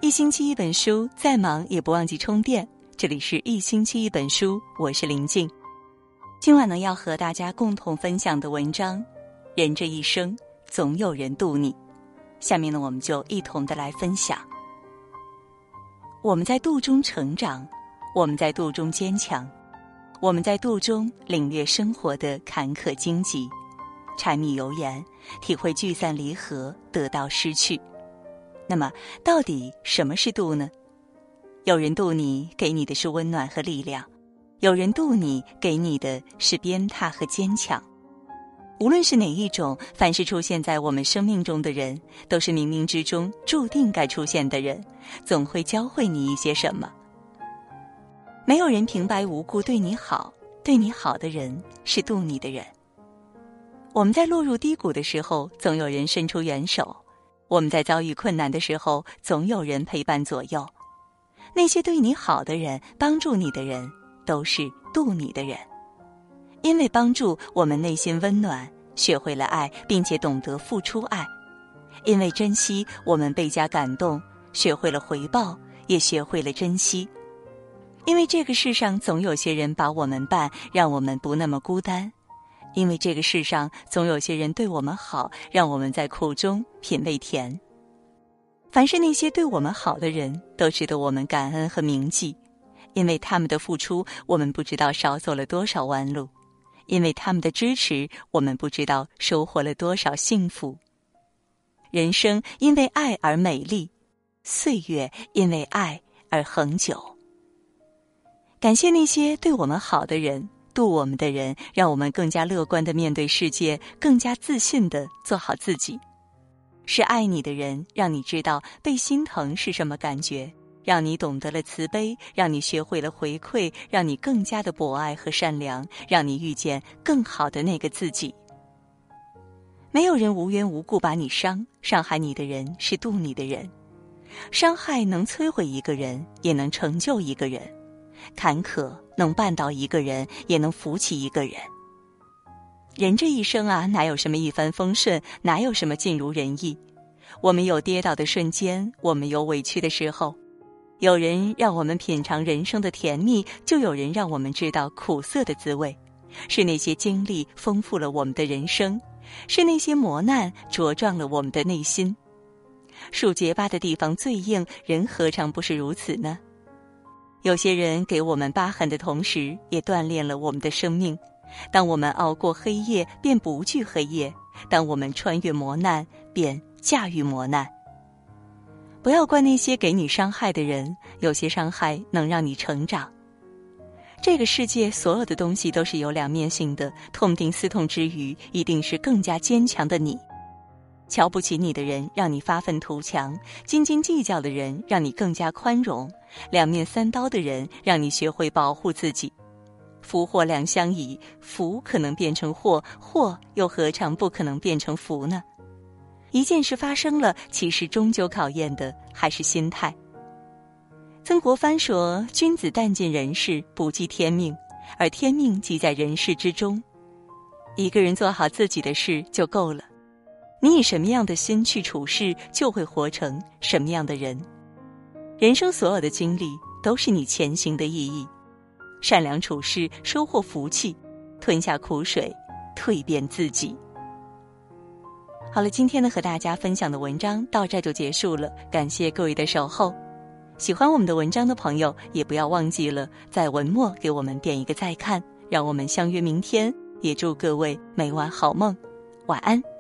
一星期一本书，再忙也不忘记充电。这里是一星期一本书，我是林静。今晚呢，要和大家共同分享的文章，人这一生总有人渡你。下面呢，我们就一同的来分享。我们在渡中成长，我们在渡中坚强，我们在渡中领略生活的坎坷荆棘，柴米油盐，体会聚散离合，得到失去。那么到底什么是渡呢？有人渡你，给你的是温暖和力量；有人渡你，给你的是鞭挞和坚强。无论是哪一种，凡是出现在我们生命中的人，都是冥冥之中注定该出现的人，总会教会你一些什么。没有人平白无故对你好，对你好的人是渡你的人。我们在落入低谷的时候，总有人伸出援手；我们在遭遇困难的时候，总有人陪伴左右。那些对你好的人，帮助你的人，都是渡你的人。因为帮助，我们内心温暖，学会了爱，并且懂得付出爱；因为珍惜，我们倍加感动，学会了回报，也学会了珍惜。因为这个世上总有些人把我们伴，让我们不那么孤单；因为这个世上总有些人对我们好，让我们在苦中品味甜。凡是那些对我们好的人，都值得我们感恩和铭记，因为他们的付出，我们不知道少走了多少弯路；因为他们的支持，我们不知道收获了多少幸福。人生因为爱而美丽，岁月因为爱而恒久。感谢那些对我们好的人，渡我们的人，让我们更加乐观地面对世界，更加自信地做好自己。是爱你的人，让你知道被心疼是什么感觉，让你懂得了慈悲，让你学会了回馈，让你更加的博爱和善良，让你遇见更好的那个自己。没有人无缘无故把你伤害你的人是渡你的人。伤害能摧毁一个人，也能成就一个人；坎坷能绊倒一个人，也能扶起一个人。人这一生啊，哪有什么一帆风顺，哪有什么尽如人意。我们有跌倒的瞬间，我们有委屈的时候。有人让我们品尝人生的甜蜜，就有人让我们知道苦涩的滋味。是那些经历丰富了我们的人生，是那些磨难茁壮了我们的内心。树结疤的地方最硬，人何尝不是如此呢？有些人给我们疤痕的同时，也锻炼了我们的生命。当我们熬过黑夜，便不惧黑夜；当我们穿越磨难，便驾驭磨难。不要怪那些给你伤害的人，有些伤害能让你成长。这个世界所有的东西都是有两面性的，痛定思痛之余，一定是更加坚强的你。瞧不起你的人，让你发愤图强；斤斤计较的人，让你更加宽容；两面三刀的人，让你学会保护自己。福祸两相倚，福可能变成祸，祸又何尝不可能变成福呢？一件事发生了，其实终究考验的还是心态。曾国藩说，君子但尽人事，不计天命，而天命即在人事之中。一个人做好自己的事就够了。你以什么样的心去处事，就会活成什么样的人。人生所有的经历，都是你前行的意义。善良处事，收获福气；吞下苦水，蜕变自己。好了，今天呢和大家分享的文章到这就结束了，感谢各位的守候。喜欢我们的文章的朋友，也不要忘记了在文末给我们点一个再看，让我们相约明天，也祝各位每晚好梦，晚安。